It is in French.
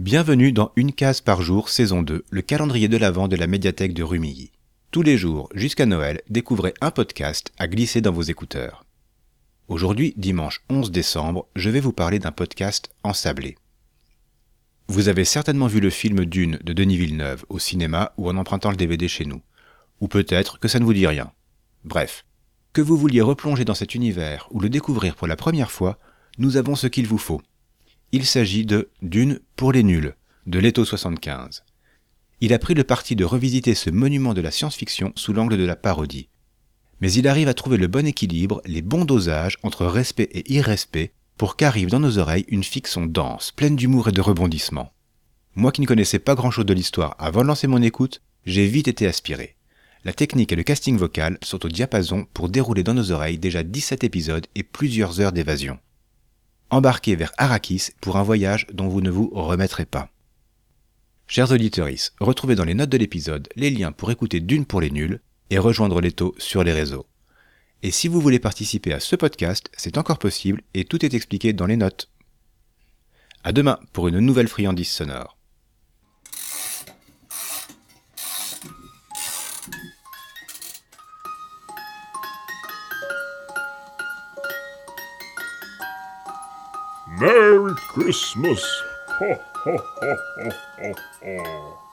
Bienvenue dans Une case par jour, saison 2, le calendrier de l'Avent de la médiathèque de Rumilly. Tous les jours, jusqu'à Noël, découvrez un podcast à glisser dans vos écouteurs. Aujourd'hui, dimanche 11 décembre, je vais vous parler d'un podcast ensablé. Vous avez certainement vu le film Dune de Denis Villeneuve au cinéma ou en empruntant le DVD chez nous. Ou peut-être que ça ne vous dit rien. Bref, que vous vouliez replonger dans cet univers ou le découvrir pour la première fois, nous avons ce qu'il vous faut. Il s'agit de Dune pour les nuls, de Leto 75. Il a pris le parti de revisiter ce monument de la science-fiction sous l'angle de la parodie. Mais il arrive à trouver le bon équilibre, les bons dosages entre respect et irrespect pour qu'arrive dans nos oreilles une fiction dense, pleine d'humour et de rebondissements. Moi qui ne connaissais pas grand-chose de l'histoire avant de lancer mon écoute, j'ai vite été aspiré. La technique et le casting vocal sont au diapason pour dérouler dans nos oreilles déjà 17 épisodes et plusieurs heures d'évasion. Embarquez vers Arrakis pour un voyage dont vous ne vous remettrez pas. Chers auditeurs, retrouvez dans les notes de l'épisode les liens pour écouter Dune pour les nuls et rejoindre Leto sur les réseaux. Et si vous voulez participer à ce podcast, c'est encore possible et tout est expliqué dans les notes. À demain pour une nouvelle friandise sonore. Merry Christmas! Ho, ho, ho, ho, ho, ho.